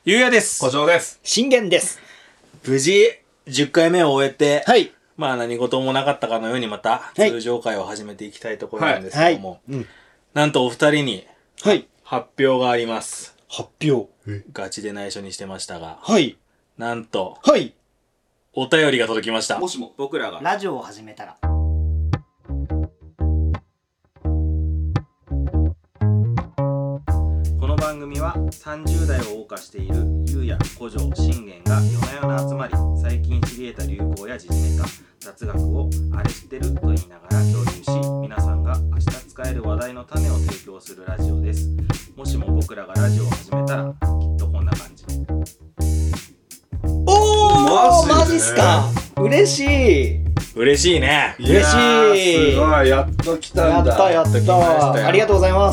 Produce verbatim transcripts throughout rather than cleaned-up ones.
ゆうやです。 小城です。 信玄です。 無事じゅっかいめを終えて、 はい。 まあ何事もなかったかのようにまた通常会を始めていきたいところなんですけども、はいはい、うん、なんとお二人に発表があります。 発表。 ガチで内緒にしてましたが、 はい。 なんと、 はい。 お便りが届きました。 もしも僕らがラジオを始めたら。 この番組はさんじゅう代を謳歌しているゆうや、古城、信玄が夜な夜な集まり、最近知り得た流行や時事ネタ、雑学をあれ知ってると言いながら共有し、皆さんが明日使える話題の種を提供するラジオです。もしも僕らがラジオを始めたら、きっとこんな感じ。 おー、マジっすか。嬉しい。 嬉しいね。 嬉しい。 すごい、やっと来たんだ。 やったやった。ありがとうございます。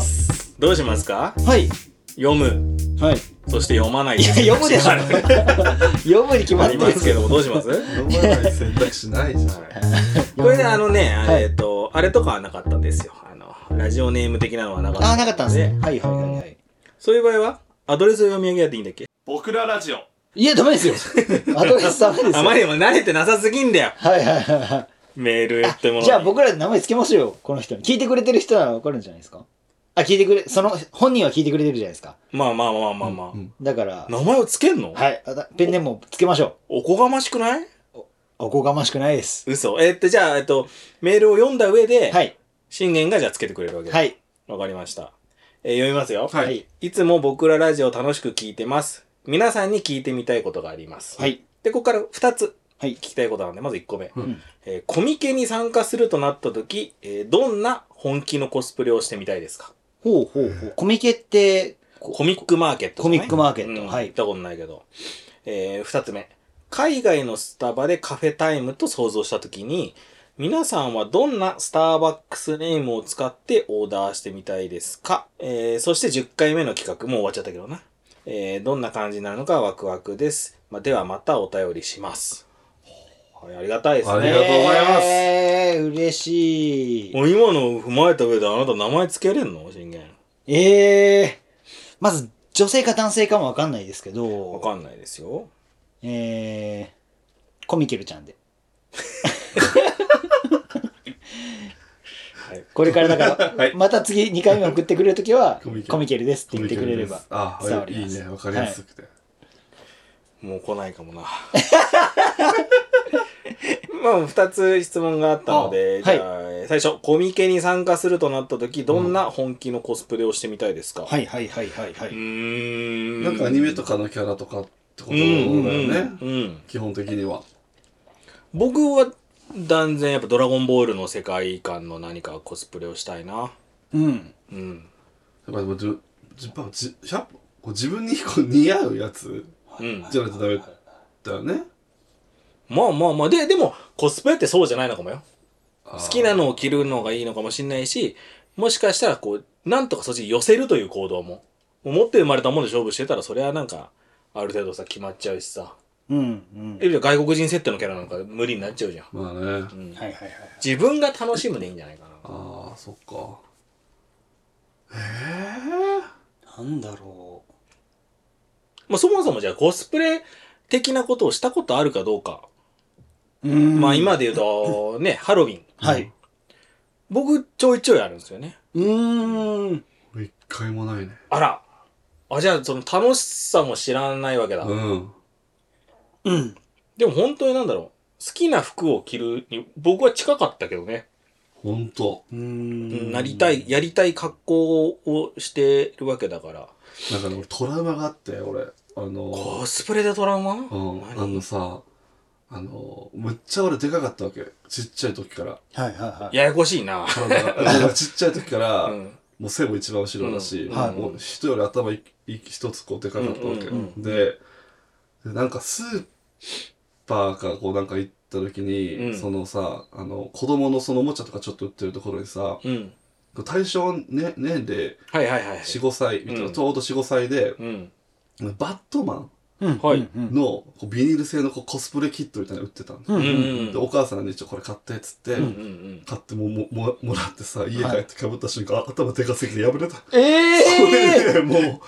どうしますか？ はい。 読む。 はい。 そして読まない。 いや、読むでしょ。読むに決まってますけども、どうします？ 読まない選択肢ないじゃん。 これであのね、えっと、あれとかはなかったんですよ。あの、ラジオネーム的なのはなかった。 あ、なかったんですね。はいはいはいはい。 そういう場合は、アドレスを読み上げやっていいんだっけ？ 僕らラジオ。 いや、ダメですよ。アドレスダメですよ。 あまりにも慣れてなさすぎんだよ。 はいはいはいはい。 メールってもの。 じゃあ僕らで名前つけましょうよ、この人に。聞いてくれてる人ならわかるんじゃないですか。あ、聞いてくれ、その、本人は聞いてくれてるじゃないですか。 まあまあまあまあまあ。うん、 だから。 名前をつけんの？ はい。ペンネームをつけましょう。おこがましくない？ お、おこがましくないです。 嘘。えー、っと、じゃあ、えっと、メールを読んだ上で、 はい。 信玄がじゃあつけてくれるわけです。 はい。 わかりました。えー、読みますよ。 はい。 いつも僕らラジオ楽しく聞いてます。皆さんに聞いてみたいことがあります。 はい。 で、ここからふたつ。 はい。 聞きたいことなんで、まずいっこめ。 うん、 えー、コミケに参加するとなったとき、えー、どんな本気のコスプレをしてみたいですか？ ほうほうほう。コミケって、 コミックマーケット、ね。 コミックマーケット。 うん、 はい。 行ったことないけど。えー、二つ目。海外のスタバでカフェタイムと想像したときに、皆さんはどんなスターバックスネームを使ってオーダーしてみたいですか？えー、そしてじゅっかいめの企画もう終わっちゃったけどな。えー、どんな感じになるのかワクワクです。まあ、ではまたお便りします。はい、ありがたいですね。 ありがとうございます。 えー、嬉しい。 今の踏まえた上であなた名前つけれんの？信玄。 ええー。まず、女性か男性かもわかんないですけど。 わかんないですよ。 えー、コミケルちゃんで。はい、これからだから、はい、また次にかいめ送ってくれるときは、コミケルですって言ってくれれば伝わります。 いいね、わかりやすくて。はい、 もう来ないかもな。まあ、二つ質問があったので、じゃあ、はい、最初、コミケに参加するとなったとき、どんな本気のコスプレをしてみたいですか？うん、 はいはいはいはいはい。うーん。なんかアニメとかのキャラとかってことだよね。うんうん、基本的には。僕は、断然やっぱドラゴンボールの世界観の何かコスプレをしたいな。 うん。 うん。 やっぱでも、じじ自分にこう似合うやつ、うん、じゃないとダメだよね。 まあまあまあ、で、でも、コスプレってそうじゃないのかもよ。好きなのを着るのがいいのかもしれないし、もしかしたら、こう、なんとかそっちに寄せるという行動も。持って生まれたもので勝負してたら、それはなんか、ある程度さ、決まっちゃうしさ。 うん、うん。 え、外国人設定のキャラなんか無理になっちゃうじゃん。 まあね。うん。はいはいはい。 自分が楽しむでいいんじゃないかな。 ああ、そっか。へえ。なんだろう。まあ、そもそもじゃあコスプレ的なことをしたことあるかどうか。 うん。 まあ今で言うと、ね、ハロウィン。 はい。 僕、ちょいちょいあるんですよね。 うーん。 俺一回もないね。 あら。あ、じゃあその楽しさも知らないわけだ。 うん。 うん。 でも本当になんだろう。好きな服を着るに、僕は近かったけどね。 ほんと。 うーん。 なりたい、やりたい格好をしてるわけだから。 なんかでもトラウマがあって、俺。あのー、コスプレでトラウマ？ うん。あのさ、あのー、むっちゃ俺でかかったわけ。ちっちゃい時から。 はいはいはい。 ややこしいな。 ちっちゃい時から、うん、もう背も一番後ろだし、 うん、 もう人より頭一つこうでかかったわけ。うんうんうん、で、なんかスーパーかこうなんか行った時に、うん、そのさ、あの、子供のそのおもちゃとかちょっと売ってるところにさ、うん、対象、ね、年齢、 はいはいはい、 よん、ごさいみたいな、うん、ちょうどよん、ごさいで、うん、バットマンのビニール製のこうコスプレキットみたいなの売ってたんですよ、うんうん、でお母さんに一応これ買ってっつって、うんうんうん、買ってももももらってさ家帰ってかぶった瞬間、はい、頭でかすぎて破れた。 ええー、 それでもう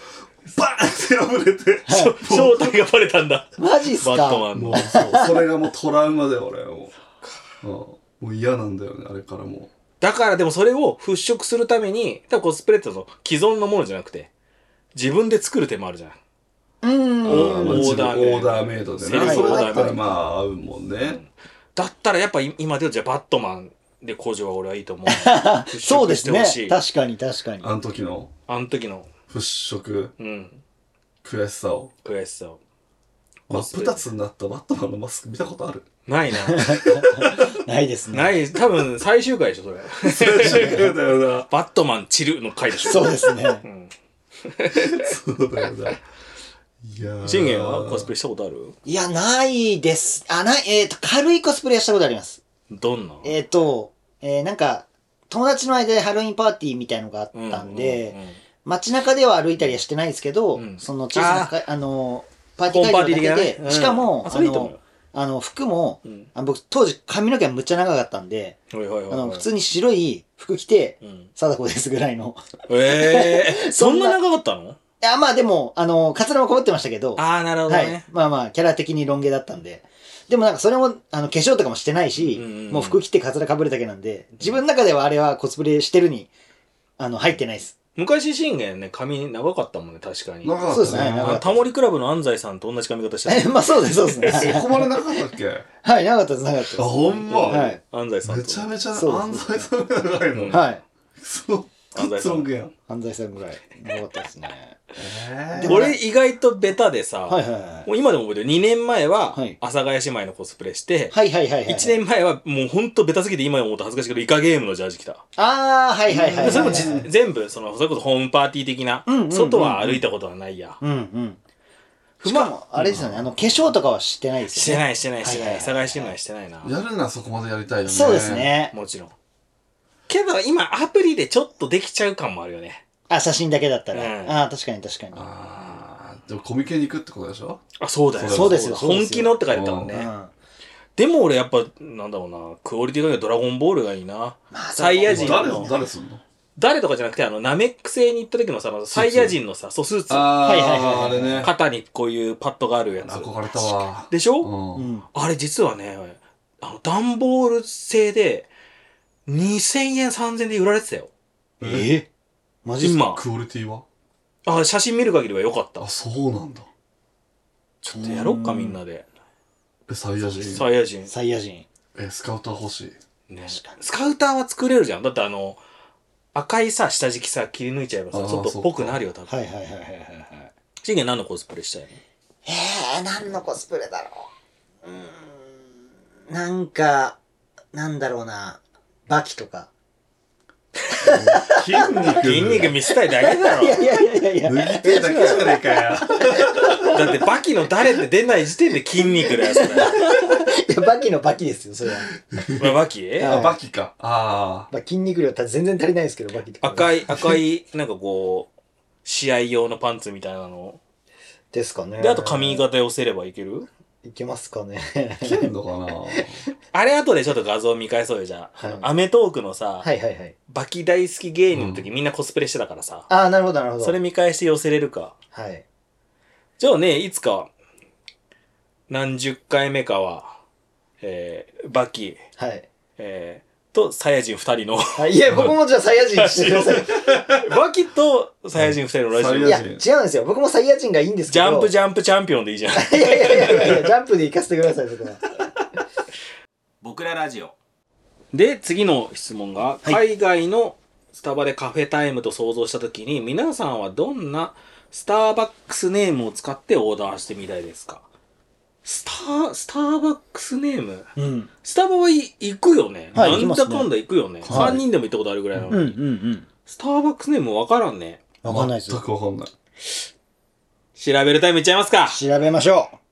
バーンって破れて、 正体がバレたんだ。 マジっすか。 バットマンの。 もうそうそれがもうトラウマで俺もう、うん、もう嫌なんだよねあれからもう。 だからでもそれを払拭するために、多分コスプレってその既存のものじゃなくて、自分で作る手もあるじゃん。 うーん。 あーまあオーダーメイドオーダーメイドでセルね。それフオーダーメイドだったらまあ合うもんね。 だったらやっぱ今で言うとじゃあバットマンで工場は俺はいいと思う。 そうですね払拭してほしい。 確かに確かに。 あの時のあの時の、 払拭、 うん、 悔しさを。 悔しさを。 真っ二つになったバットマンのマスク見たことある？ ないな。 ないですね。 ない、多分最終回でしょ、それ。 そうだよな。 バットマン散るの回でしょ。 そうですね。 うん。 そうだよな。いやー。 信玄はコスプレしたことある？ いや、ないです。あ、ない、えっと、軽いコスプレはしたことあります。 どんな？ えっと、えーなんか、友達の間でハロウィンパーティーみたいのがあったんで、 うんうんうん街中では歩いたりはしてないですけど、 うんその小さなか、あの、パーティー会場だけで、 ホームパーティー的なねうんしかも、 ああそれいいと思うよの、あの、服も、 うんあの僕当時髪の毛はむっちゃ長かったんで、 はいはいはいはい。 あの、普通に白い服着て、 うん。 貞子ですぐらいの。 ええー、そそんなんな長かったの？ いや、まあでも、あの、カツラも被ってましたけど、 ああ、なるほどはいね。。 まあまあ、キャラ的にロン毛だったんで。でもなんかそれも、あの、化粧とかもしてないし、 うんうんうんもう服着てカツラ被るだけなんで、自分の中ではあれはコスプレしてるに、あの、入ってないです。 昔信玄ね、髪長かったもんね、確かに。 長かったね。 そうですね長かったあのタモリクラブの安西さんと同じ髪型してえた。 まあそうです、そうですね。 そこまでなかったっけ？ はい、なかったです、なかったです。 あ、ほんま。 はい。 安西さんと。 めちゃめちゃそう安です西さんが長いの。 うんはい。 そう。 安西さんロングやん。 犯罪さんぐらい。長かったですね。 えでも俺意外とベタでさ、 はいはいはい。 もう今でも覚えてる。にねんまえははい、 阿佐ヶ谷姉妹のコスプレして、 はいはいはいはい。 いちねんまえはもうほんとベタすぎて今思うと恥ずかしいけど、イカゲームのジャージ着た。 ああ、はいはいはいはいはい。 でそれもじ全部、その、それこそホームパーティー的なうんうんうんう、ん外は歩いたことはないや。 うんうん。しかも、あれですよね、あの、化粧とかはしてないですよね。 してないしてないしてない。阿はいはいはい佐ヶ谷姉妹してないな。 やるならそこまでやりたいよね。 そうです。ね。 もちろん。けど今アプリでちょっとできちゃう感もあるよね。 あ、写真だけだったら。 うんああ、確かに確かに。 あー、でもコミケに行くってことでしょ？ あ、そうだよ。 そうですよそうですよ本気のって書いてたもんうね。 ん。 でも俺やっぱ、なんだろうな、クオリティがいいドラゴンボールがいいな。 まあサイヤ人誰の、 誰すんの？ 誰とかじゃなくて、あの、ナメック星に行った時のさ、あのサイヤ人のさ、そう、スーツ。 あー、 はいはいはいはいあれね。 肩にこういうパッドがあるやつ。 憧れたわ。 でしょ、 うん。 うん。 あれ実はね、あの、段ボール製で、にせんえん、さんぜんえんで売られてたよ。 ええマジっすか？ 今。 クオリティは？ あ、写真見る限りは良かったあ、。そうなんだ。 ちょっとやろっか、みんなで。 え、サイヤ人。 サイヤ人。 サイヤ人。 え、スカウター欲しい。 ね確かにスカウターは作れるじゃん。だってあの、赤いさ、下敷きさ、切り抜いちゃえばさ、 あー外っぽくなるよ、多分。 はいはいはいはいはいはい。 信玄何のコスプレしたいの？ えー、何のコスプレだろう。うーん。なんか、なんだろうな。バキとか。 筋肉。 筋肉見せたいだけだろい。やいやいやいやいや。 脱ぎ手だけじゃねえかよ。 だってバキの誰って出ない時点で筋肉だよ、それ。 いや、バキのバキですよ、それは。 まあ、バキはいあ、バキか。あまあ、筋肉量た全然足りないですけど、バキとか。 赤い、赤い、なんかこう、試合用のパンツみたいなの。 ですかね。 で、あと髪型寄せればいける？ いけますかね。 あ。いけんのかな？ あれ後でちょっと画像見返そうよ、じゃあ。 はいアメトークのさ、 はいはいはい。 バキ大好き芸人の時みんなコスプレしてたからさ。 ああ、なるほどなるほど。 それ見返して寄せれるか。 はい。 じゃあね、いつか、何十回目かは、えー、バキ、 はい。 えー、と、サイヤ人二人の、 はい、いや、僕もじゃあサイヤ人してください。 バキとサイヤ人二人のラジオ。 サイヤいや、違うんですよ。僕もサイヤ人がいいんですけど。 ジャンプジャャンプチャンピオンでいいじゃん。 いやいやいやいや、ジャンプで行かせてください、そこは。 僕らラジオ。で、次の質問が、海外のスタバでカフェタイムと想像したときに、皆さんはどんなスターバックスネームを使ってオーダーしてみたいですか？スター、スターバックスネームうん。 スタバはい行くよね。 はいなんだかんだ行くよね。 はいさんにんでも行ったことあるぐらいなのに。 うんうんうん。 スターバックスネームわからんね。 わかんないです全よ。 くわかんない。 調べるタイムいっちゃいますか。 調べましょう。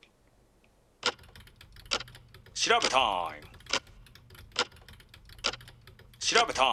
調べタイム。調べタイ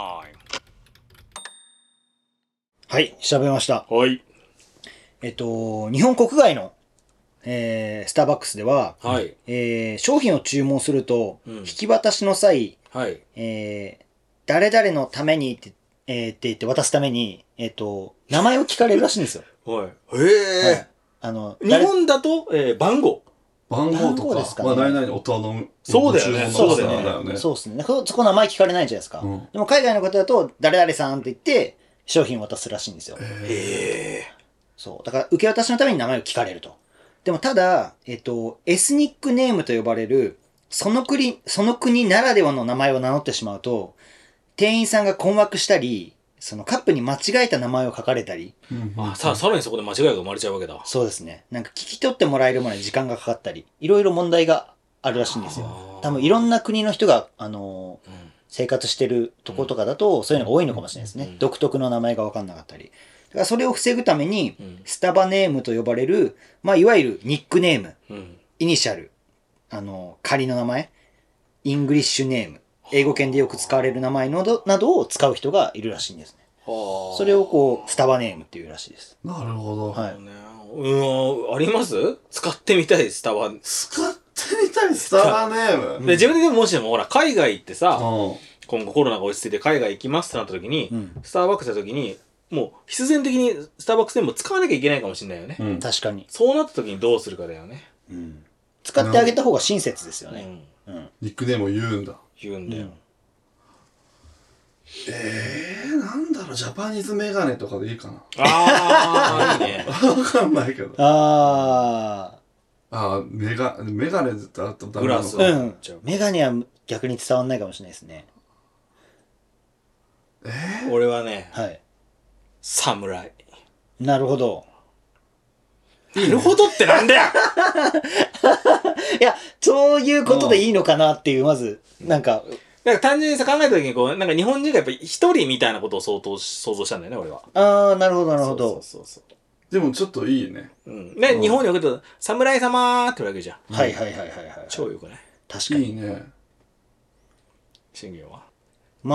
はい、調べました。 ム。はい。 えっと、日本国外の、えー、スターバックスでは、 はい。 えー、商品を注文すると、 うん引き渡しの際、 はい。 えー、誰々のためにって、えー、って言って渡すために、えっと、名前を聞かれるらしいんですよ。 はい。へえ、 はい、あの日本だと、えー、番号。 番号番とか、 号ですかねまあ、何々お頼む。 そうだよねご注文のそうだよねだよね。 そうですね。そこ名前聞かれないじゃないですか。 うん、 でも海外の方だと、誰々さんって言って、商品を渡すらしいんですよ。 へえ。 そう。だから、受け渡しのために名前を聞かれると。でも、ただ、えっと、エスニックネームと呼ばれる、その国、その国ならではの名前を名乗ってしまうと、店員さんが困惑したり、そのカップに間違えた名前を書かれたり。 うんあ、さ、さらにそこで間違いが生まれちゃうわけだ。 そうですね。なんか聞き取ってもらえるまで時間がかかったり、いろいろ問題があるらしいんですよ。多分いろんな国の人が、あのー、生活してるとことかだと、そういうのが多いのかもしれないですね。うん、独特の名前が分かんなかったり。だからそれを防ぐために、スタバネームと呼ばれる、まあ、いわゆるニックネーム、うん、イニシャル、あのー、仮の名前、イングリッシュネーム、英語圏でよく使われる名前など、などを使う人がいるらしいんですね。それをこう、スタバネームっていうらしいです。 なるほど。 はい。 うん、あります？使ってみたいスタバ。 使ってみたいスタバネーム。 で、自分ででももしもほら、海外行ってさ、 うん、 今後コロナが落ち着いて海外行きますってなった時に、うん、スターバックスの時に、もう必然的にスターバックスでも使わなきゃいけないかもしれないよね。 うん、確かに。 そうなった時にどうするかだよね。 うん、使ってあげた方が親切ですよね。 うんうん、ニックネームを言うんだ。 言うんだよ。うん、 えー、なんだろう、ジャパニーズメガネとかでいいかな。 ああ、いいね。 わかんないけど。 ああ。ああ、メガ、メガネだとダメなのか。 うん。メガネは逆に伝わんないかもしれないですね。 えー、 俺はね、 はい。 侍。 なるほど。 なるほどってなんだよいや、そういうことでいいのかなっていう、まず、なんか、 なんか単純にさ考えた時にこう、なんか日本人がやっぱり一人みたいなことを想像想像したんだよね、俺は。 ああ、なるほど、なるほど。 そうそうそう。 でもちょっといいね。 うん。ね、うん、日本に置くと、侍様ーって言うわけじゃん。 はいはいはいはいはい。 超よくない？ 確かに。 いいね。 信玄は？ ま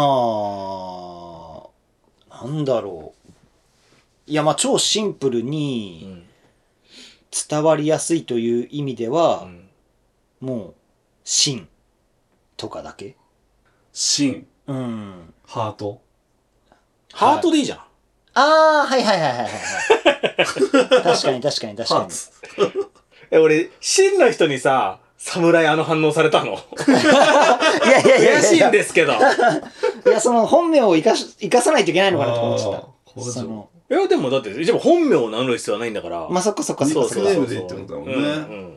あ、なんだろう。いや、まあ超シンプルに伝わりやすいという意味では、うん、もう、真とかだけ。 真。 うん。 ハート。 ハートでいいじゃん。 ああ、はいはいはいはいはい。確かに確かに確かに。 え、俺、真の人にさ、侍あの反応されたのいやいやいや悔しいんですけど。 いや、その本名を生かし、生かさないといけないのかなと思っちゃった。そのいや、でもだって、一応本名を名乗る必要はないんだから。 まあ、そっかそっかそっか。 ニックネームでいいってことだもんね。うんうん、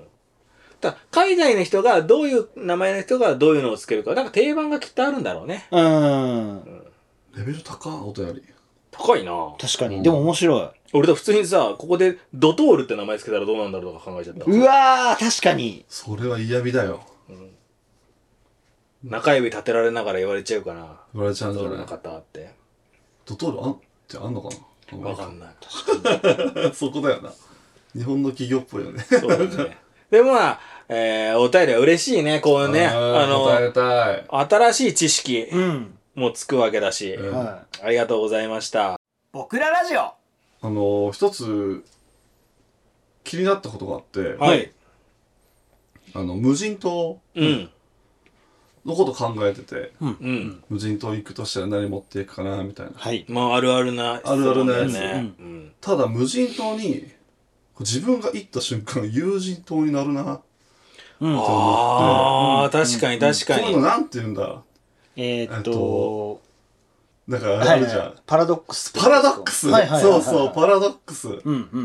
だ海外の人が、どういう名前の人がどういうのをつけるか、なんか定番がきっとあるんだろうね。 うん。うん、 レベル高いお便り。 高いな。 確かに。うん、でも面白い。 俺だ普通にさ、ここでドトールって名前つけたらどうなんだろうとか考えちゃった。 うわー、確かに。 それは嫌味だよ。 うん、中指立てられながら言われちゃうかな。 言われちゃうんじゃない？ ドトールの方って。 ドトールあんってあんのかな？ わかんない。 確かに。そこだよな。日本の企業っぽいよね。 そうだね。でもまあ、えー、お便りは嬉しいね、こういうね。 あ, あの、答えたい。 新しい知識もつくわけだし、 うん、 ありがとうございました。 僕らラジオあの、一つ気になったことがあって、 はい。 あの、無人島のこと考えてて、 うんうん、 無人島行くとしたら何持っていくかな、みたいな。 はい。まあ、あるあるな、 あるあるなやつ。 ねうん、ただ、無人島に、自分が行った瞬間、有人島になるな、 うん、ああ、確かに確かに。 そういうのなんて言うんだえー、っと、 だからあるじゃん。はいはい、 パラドックス。 パラドックス、はいはいはいはい、そうそう、パラドックス。うんうんうんうん。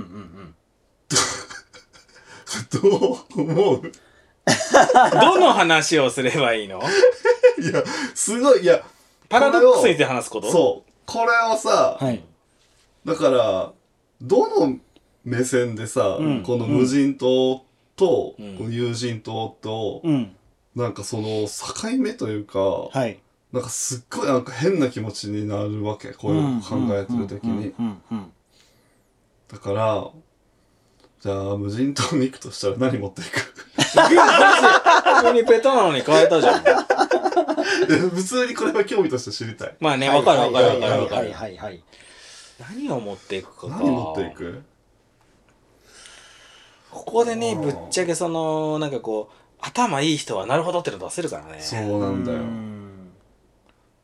どう思うどの話をすればいいの？ いや、すごい、いや、 パラドックスについて話すこと？ そう。これをさ、 はい、 だから、どの目線でさ、うん、この無人島と、うん、この有人島と、うん、なんかその境目というか、はい、なんかすっごいなんか変な気持ちになるわけ。こういうの考えてる時に。だから、じゃあ無人島に行くとしたら何持っていく？ 普通にペタなのに変えたじゃん。 普通にこれは興味として知りたい。 まあね、わかるわかるわかるわかる。何を持っていくかか。 何持っていく？ ここでね、ぶっちゃけその、なんかこう、頭いい人はなるほどっての出せるからね。 そうなんだよ。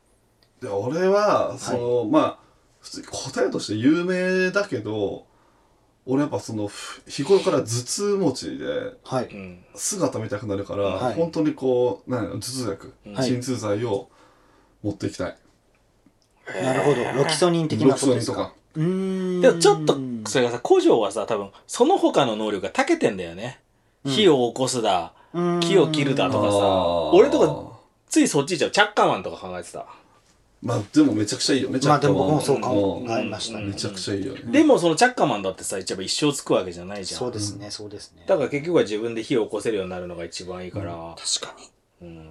で、俺は、その、はい、まあ、普通に答えとして有名だけど、 俺やっぱそのふ日頃から頭痛持ちではい。 うん姿見たくなるから、 はい本当にこうなんやろ頭痛薬、 はい鎮痛剤を持っていきたい。 なるほど。ロキソニン的なことですか。 ロキソニンとか。 うーん。 でもちょっとそれがさ古城はさ多分その他の能力が長けてんだよね、 うん火を起こすだ木を切るだとかさあー俺とかついそっち行っちゃうチャッカーマンとか考えてた、 まあでもめちゃくちゃいいよね。 まあでもチャッカマン僕もそう考んえましたね。 めちゃくちゃいいよね。 でもそのチャッカーマンだってさ一応一生つくわけじゃないじゃんそうですね、そうですね。 だから結局は自分で火を起こせるようになるのが一番いいから、 確かに。 うん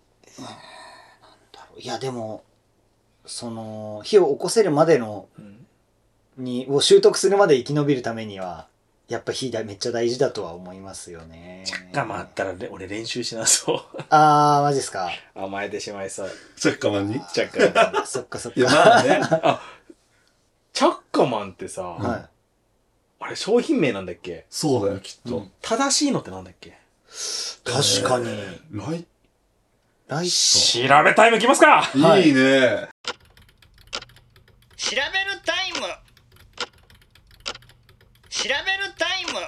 いやでもその火を起こせるまでのうんにを習得するまで生き延びるためにはやっぱ火だめっちゃ大事だとは思いますよね。 チャッカーマンあったら俺練習しなそうあーマジですか。 甘えてしまいそうチャッカマンに。 チャッカーマンそっかそっいやか。 まあね。 あチャッカーマンってさ、 はあれ商品名なんだっけそうだよきっと。 うん正しいのってなんだっけい。確かに。 ライライト。 調べタイムいきますかはいいいね。 調べるタイム調べるタイム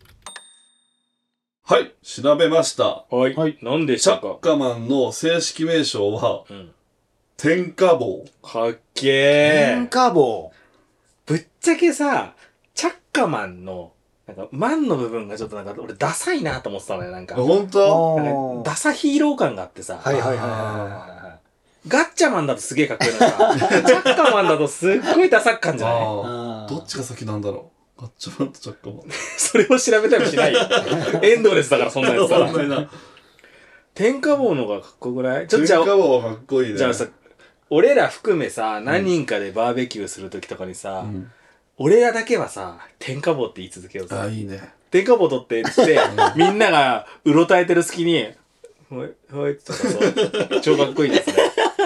はい調べました。 はい、 はい何でしチャたかッカマンの正式名称はうん天下棒。 かっけ天ー下棒。 ぶっちゃけさチャッカマンのなんかマンの部分がちょっとなんか俺ダサいなと思ってたのよなんか本当？ なんおーかダサヒーロー感があってさ、 はいはいはいはいはガッチャマンだとすげえかっこいいのさチャッカマンだとすっごいダサっかんじゃないああーあどっちが先なんだろう。ガッチャマンとチャッカマン。 それを調べたりしないよエンドレスだからそんなやつさそんなにな。 天下棒の方がかっこよくないちょっと天じゃあ下棒はかっこいいね。 じゃあさ俺ら含めさ何人かでバーベキューするときとかにさ、 うん俺らだけはさ天下棒って言い続けようぜあいいね。 天下棒取ってっつってみんながうろたえてる隙に「ほいほい」っつってさ超かっこいいですね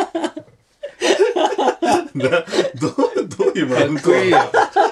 などうどういうマかウントっこいいよ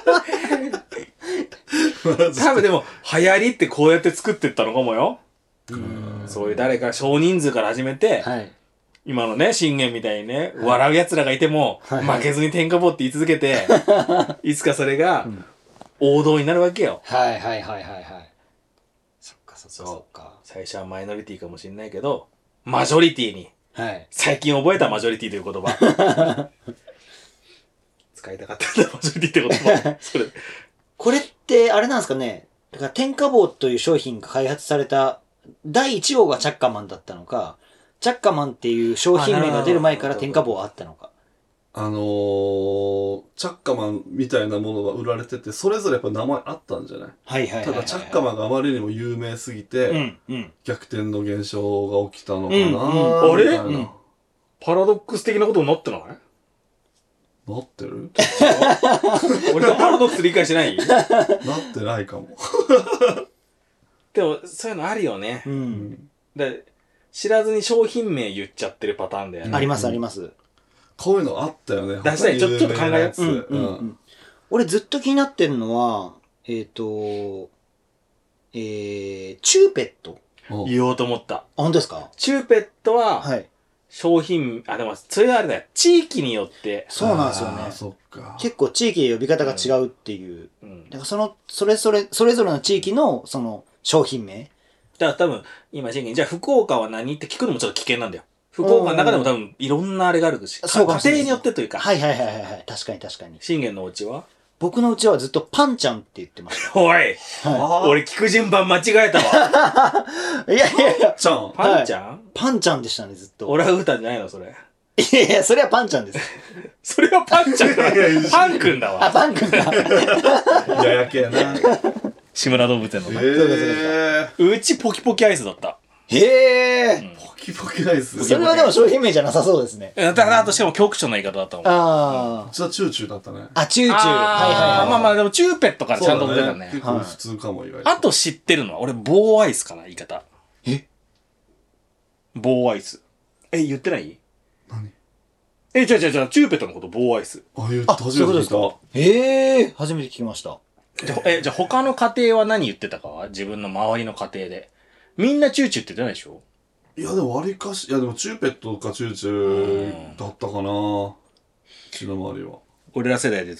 マジ多分でも流行りってこうやって作ってったのかもようんそういう誰か少人数から始めて、 はい。 今のね信玄みたいにね、笑う奴らがいても、 はい負けずに天下棒って言い続けていつかそれがん王道になるわけよはいはいはいはいはい。そっかそっかそっか。 最初はマイノリティかもしれないけどマジョリティにはい。 最近覚えたマジョリティという言葉使いたかったんだマジョリティって言葉それこれってあれなんですかね。だから天下棒という商品が開発されただいいち号がチャッカマンだったのか、チャッカマンっていう商品名が出る前から天下棒はあったのか。 あのー、チャッカマンみたいなものが売られてて、それぞれやっぱ名前あったんじゃない？ はいはいはいはい。 ただチャッカマンがあまりにも有名すぎて、 うんうん。 逆転の現象が起きたのかな、 うんうんあれみたいなうんパラドックス的なことになってないなってる俺のパラドックス理解してないなってないかも。 でもそういうのあるよねう。。 うんんで知らずに商品名言っちゃってるパターンだよね。 ありますあります。 こういうのあったよね。 出したい他にちょっと考えよう有名なやつうんうんうん。俺ずっと気になってるのは、えっと、えー、チューペット。 うん言おうと思った。 あ、本当ですか？ チューペットははい。 商品、あ、でもそれはあれだよ。地域によって。 そうなんですよねあー。そっか。 結構地域で呼び方が違うっていう。 うん。 だからその、それぞれ、それぞれの地域の、その、商品名。 だから多分、今、真剣に、じゃあ福岡は何って聞くのもちょっと危険なんだよ。福岡の中でも多分いろんなあれがあるし、 そうかもしれない家庭によってというか、 はいはいはいはいはい。確かに確かに。 信玄のお家は僕のうちはずっとパンちゃんって言ってましおいた。は俺聞く順番間違えたわ。 い。いやいやいや、 ちゃん。 パンちゃん、 パンちゃんでしたね、ずっと。 オランウータンじゃないのそれ。 いやいや、それはパンちゃんです。 それはパンちゃんだ。パンくんだあ、 わ。 パンくんか。 ややけやな。 志村動物園のな。 えうちポキポキアイスだった。 へえ。 ー、ポキポキアイス。 それはでも商品名じゃなさそうですね。 だからあとしかも局所の言い方だったもん。 あうちはチューチューだったね。 あ。あ、チューチュー。はいはいあーはい。 まあまあでもチューペットからちゃんと出たね。 結構普通かも、意外と。 あと知ってるのは、俺棒アイスかな、言い方。 え棒アイス。え、言ってない何え、じゃあじゃあじゃあチューペットのこと棒アイス。 あ、言うあ、 初そういうめことですて聞いた。 か。ええ、初めて聞きました。 じゃあえ、じゃあ他の家庭は何言ってたかは自分の周りの家庭で。みんなチューチューって言ってないでしょいや、でも割かし、いや、でもチューペットかチューチューだったかな。うちの周りは。 俺ら世代で言うとな、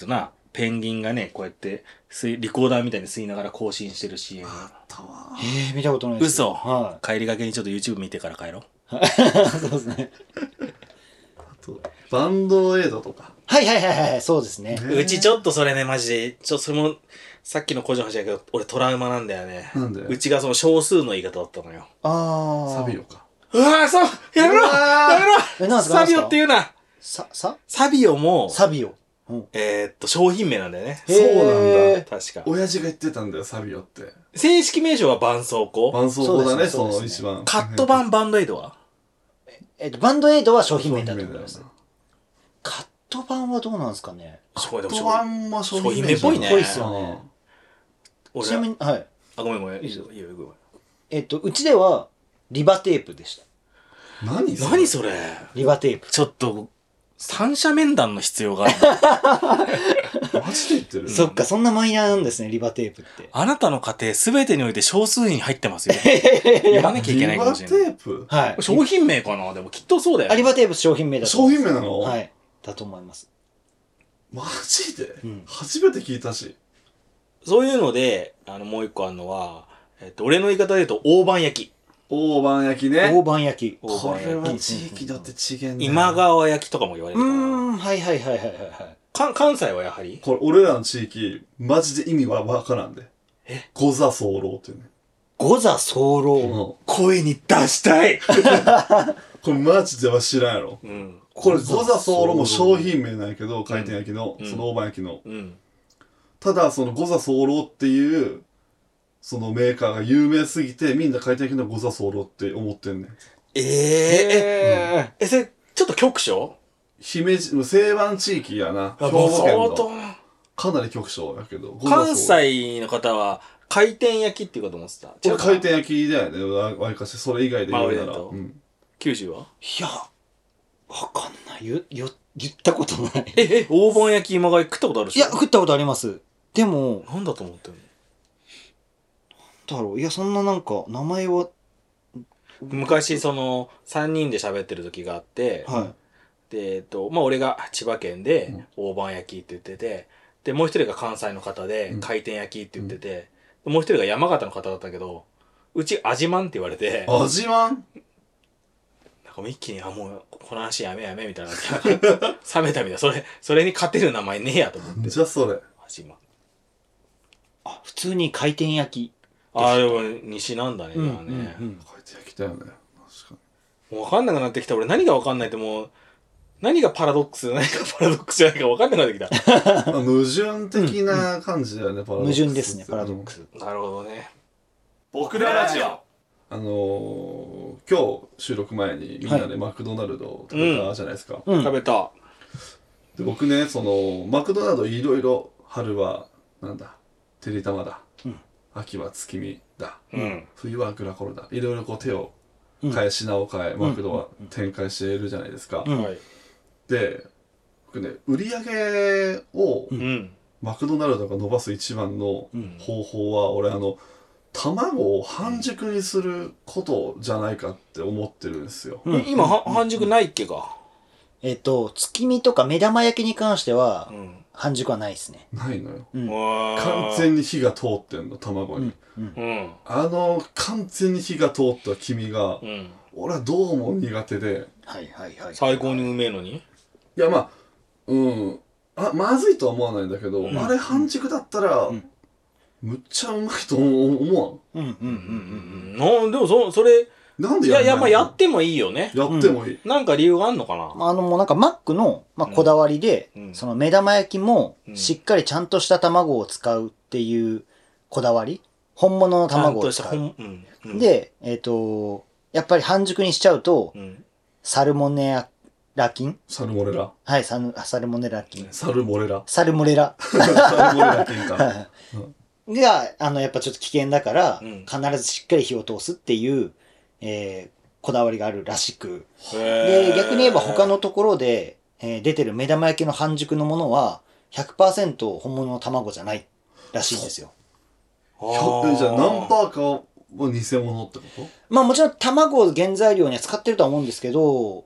ペンギンがね、こうやって吸い、リコーダーみたいに吸いながら更新してる シーエム。 あったわ。 えー、見たことないです。 嘘、 は帰りがけにちょっと YouTube 見てから帰ろう。 い。そうですね。 あと、バンドエイドとか。 はいはいはいはい、そうですね。 ねうちちょっとそれね、マジで、ちょっとそれも、さっきの個人の話だけど、俺トラウマなんだよね。 なんでうちがその少数の言い方だったのよ。 あー。 サビオか。 うわぁ、そうやめろうわーやめろえ、なんすかサビオって言うなさ、さサビオも、 サビオ。うん。 えー、っと、商品名なんだよね。 へーそうなんだ。 確か。 親父が言ってたんだよ、サビオって。 正式名称は絆創膏。 絆創膏だね、そのそうですね一番。 カット版バンドエイドはえっと、バンドエイドは商品名だとだ思います。カット版はどうなんですかね。 そうでもカット版も商品名商品名っぽいねぽいっすよね。 俺ちなみに、はい。 あ、ごめんごめん。いいよ、いいよ、ごめん。 えっと、うちでは、リバテープでした。 何それ何それリバテープ。 ちょっと、三者面談の必要がある。 マジで言ってるそっか、そんなマイナーなんですね、リバテープって。 あなたの家庭すべてにおいて少数に入ってますよ。言わなきゃいけないかもしれない。 リバテープはい。 商品名かなでもきっとそうだよ。 あ、リバテープ商品名だと商思います。 品名なのはい。だと思います。 マジでうん初めて聞いたし。 そういうので、あの、もう一個あるのは、えっと、俺の言い方で言うと、大判焼き。 大判焼きね。 大判焼き。 大これは判焼き。 地域だって違えんだよ今川焼きとかも言われうるかな。 ーん、はいはいはいはいはいはい。 か関西はやはりこれ俺らの地域、マジで意味はわからんで。 え五座候っていうね。 五座候う楼。 ん声に出したいこれマジでは知らんやろ。 うん。 これ五座候も商品名なんやけど、回転焼きの、 うんその大判焼きの。 うん。 ただ、その五座候っていう、そのメーカーが有名すぎて、みんな回転焼きの五座候って思ってんねん。 えー、え、 ええ、それ、ちょっと局所姫路、西湾地域やな。兵あもう庫県相当の。かなり局所やけど。五座候関西の方は回転焼きっていうかと思ってた。 これ違うか回転焼きだよね。わわりかし、それ以外で言うなら。 まあ俺だとうん九州はー。いや、わかんない。ゆ、ゆ、言ったことない。 え、え、大判焼き今川食ったことあるでしょいや、食ったことあります。でも、 なんだと思ってんのだろう。いや、そんななんか、名前は、 昔そのさんにんで喋ってる時があって、 はでえっとまあ俺が千葉県で大判焼きって言ってて、でもう一人が関西の方でうん回転焼きって言ってて、もう一人が山形の方だったけど、うち味まんって言われて、 味わんなんかもう一気にあもうこの話やめやめみたいな冷めたみたいな、それそれに勝てる名前ねえやと思って。 じゃあそれ。 味まん。 あ、普通に回転焼き。 ああでも西なんだね、 うんじゃあね。 うんうん回転焼きだよね。確かに。 もう分かんなくなってきた。俺何が分かんないってもう、何がパラドックス、何がパラドックスじゃないか分かんなくなってきた。 まあ矛盾的な感じだよね、パラドックス。 矛盾ですね、パラドックス。 なるほどね。 僕らラジオあのー、今日収録前にみんなでマクドナルドを食べたじゃないですか。 うん。 食べた。 で僕ね、その、マクドナルドいろいろ、春は、なんだ、てりたまだ。 うん秋は月見だ。 うん。 冬はグラコロだ。いろいろこう手を変え、品を変え、マクドは展開しているじゃないですか。 うんはい。 で、僕ね、売り上げをうん。 マクドナルドが伸ばす一番のうん方法は、俺あの、卵を半熟にすることじゃないかって思ってるんですよ。 うん今、は半熟ないっけか。 えっと、月見とか目玉焼きに関してはう、ん。 半熟はないですね。 ないのよ。 うん。 完全に火が通ってんの、卵に。 うん。 うん。 あの、完全に火が通った黄身がう、ん。 俺はどうも苦手で。 はいはいはい。 最高にうめえのに。 いや、まあ、うん。あ、まずいとは思わないんだけど、 うんあれ半熟だったら、 うんむっちゃうまいと思うんうんうんううんん。なんでもそ、それ、 うなんでいやいや、まあやっってもいいよね。 やってもいい。 なんか理由があんのかな。 うん。あのもうなんかマックの、まあ、こだわりで、 うんその目玉焼きもうんしっかりちゃんとした卵を使うっていうこだわり。本物の卵を使う。 ちゃんとした本うん。うん、 で、えっ、と、やっぱり半熟にしちゃうと、 うん。 サルモネラ菌サルモレラ。 はい、サルサルモネラ菌。 サルモレラ。 サルモネラ。 サルモレラ菌か。 が、あの、やっぱちょっと危険だから、 うん必ずしっかり火を通すっていう、えーこだわりがあるらしく。 へーで、逆に言えば他のところで、えー出てる目玉焼きの半熟のものは、ひゃくパーセント本物の卵じゃないらしいんですよ。 あひょーじゃあ何パーかは偽物ってことまあもちろん卵を原材料には使ってるとは思うんですけど、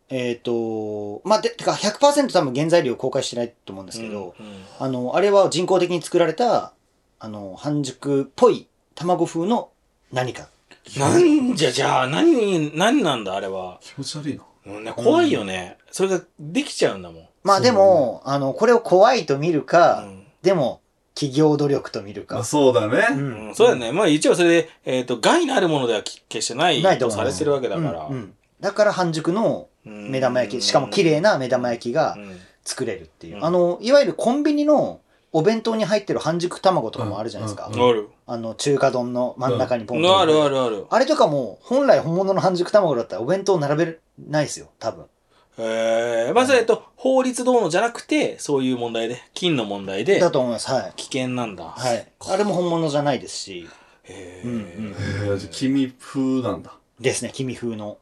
えっ、と、まあ、で、てかひゃくパーセント多分原材料公開してないと思うんですけど、 うんうんあの、あれは人工的に作られた、あの、半熟っぽい卵風の何か。 なんじゃじゃあ何何なんだあれは、 気持ち悪いな。 うんね、怖いよね、それができちゃうんだもん。 まあでも、あの、これを怖いと見るか、 うんでも、企業努力と見るまあ、 か。 そうだね。 うんうん、そうだね。まあ一応それで、えっ、と、害のあるものではき決してないないと思いますとされてるわけだから。 うんうんだから半熟のうん目玉焼き、しかも綺麗な目玉焼きがうん作れるっていう。 うんあの、いわゆるコンビニのお弁当に入ってる半熟卵とかもあるじゃないですか。 うんうんある。 あの、中華丼の真ん中にポンと。 あるあるある。 あれとかも、本来本物の半熟卵だったらお弁当並べるないですよ、多分。 えー、まず、えっと、法律どうのじゃなくて、そういう問題で、金の問題でだ、と思います。はい。 危険なんだ。 はい。あれも本物じゃないですし。 へうんうんーへえ、じゃあ君風なんだ。 ですね、君風の。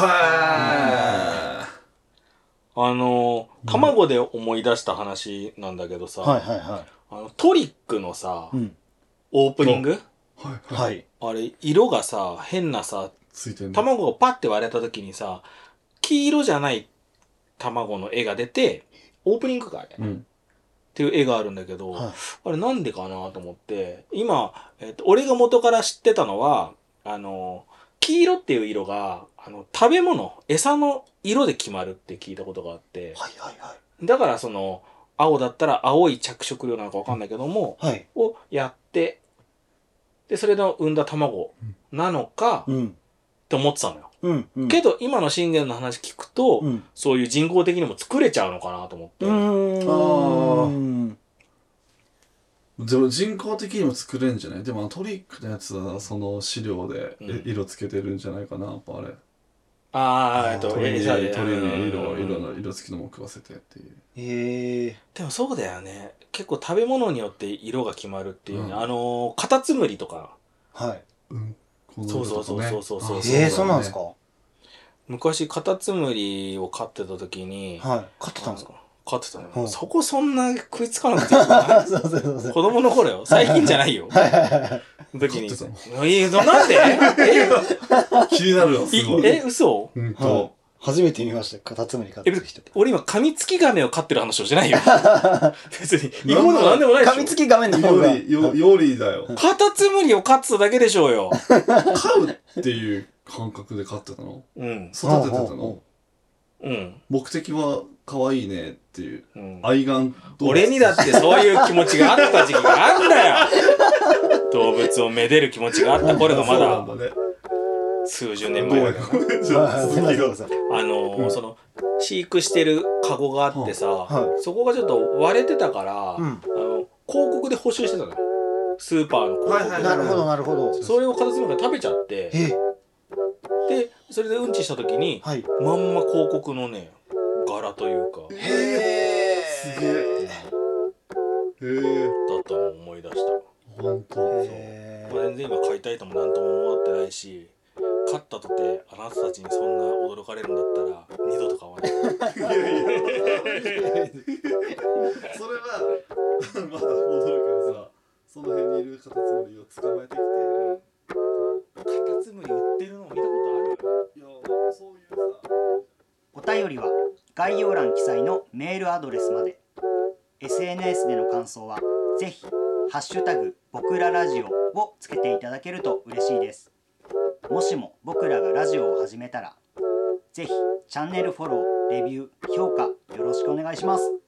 はあの、卵で思い出した話なんだけどさ、 はいはいはあのトリックのさ、 い。うん。 オープニングい。はい。 はいい。 あれ、色がさ、変なさ、 ついてんだ。 卵をパッて割れた時にさ、黄色じゃない卵の絵が出て、オープニングかあれ、っうん。 ていう絵があるんだけど、 はいあれなんでかなと思って、今、えっと、俺が元から知ってたのは、あの、黄色っていう色が、あの、食べ物、餌の色で決まるって聞いたことがあって、 はいはいはだからその、青だったら青い着色料なのかわかんないけども、 い。はい。 をやって、で、それの産んだ卵なのか、っうん。 て思ってたのよ。 うん。うん。 けど、今の信玄の話聞くと、 うん。 そういう人工的にも作れちゃうのかなと思って。 うーん。 でも人工的にも作れんじゃないでもあのトリックのやつはその飼料でうんえ色つけてるんじゃないかな、やっぱあれ。 ああ、えっと、 鳥に餌で鳥に色うん色の色付きのも食わせてっていう。 へえ。 でもそうだよね。結構食べ物によって色が決まるっていうね。 うんあのー、カタツムリとか、 はい。 うん。このそうそうそう色とかねそうそうそうあええ、そうなんですか。 昔カタツムリを飼ってた時に、 はい。飼ってたんですか。 飼ってたね。 うんそこそんな食いつかなくていいんじゃないそうそうそうそう。 子供の頃よ。最近じゃないよ。 はいはいはい。 時に。 飼っていやなんで気になるわ、 えすごい。 いえ、嘘うんはいと。 初めて見ました。カタツムリ飼ってえ、 る人。 俺今、カミツキガメを飼ってる話をしてないよ。別に。生き物なんでもないでしょ。 噛みつき画面の方が。 より、よ、よりだよ。 カタツムリを飼ってただけでしょうよ。 飼うっていう感覚で飼ってたのうん。 育ててたほうほうほのうん。 目的は可愛いねっていう。 うん愛玩動物俺にだってそういう気持ちがあった時期があんだよ。動物をめでる気持ちがあった頃がまそうなだんだね。 数十年前だけどね。 じゃあはい続きがすいませんあのーうんその飼育してるカゴがあってさ、 はそこがちょっと割れてたから、 うんあの広告で補修してたのよ。スーパーの広告で、 はいはいなるほどなるほど。 それをカタツムリが食べちゃって、 え、 でそれでうんちした時にはい。 まんま広告のね柄というかへえ。 すげえ。へえ。 だったのを思い出した。 ほんと。 へまあ全然今買いたいともなんとも思ってないし、買ったとてあなたたちにそんな驚かれるんだったら二度と買わない。 いやいや。それは、まだ戻るけどさ、その辺にいるカタツムリを捕まえてきて、 カタツムリ売ってるの見たことある？ いや、そういうさ、 お便りは概要欄記載のメールアドレスまで。 エスエヌエス での感想はぜひハッシュタグ僕らラジオをつけていただけると嬉しいです。もしも僕らがラジオを始めたらぜひチャンネルフォロー、レビュー、評価よろしくお願いします。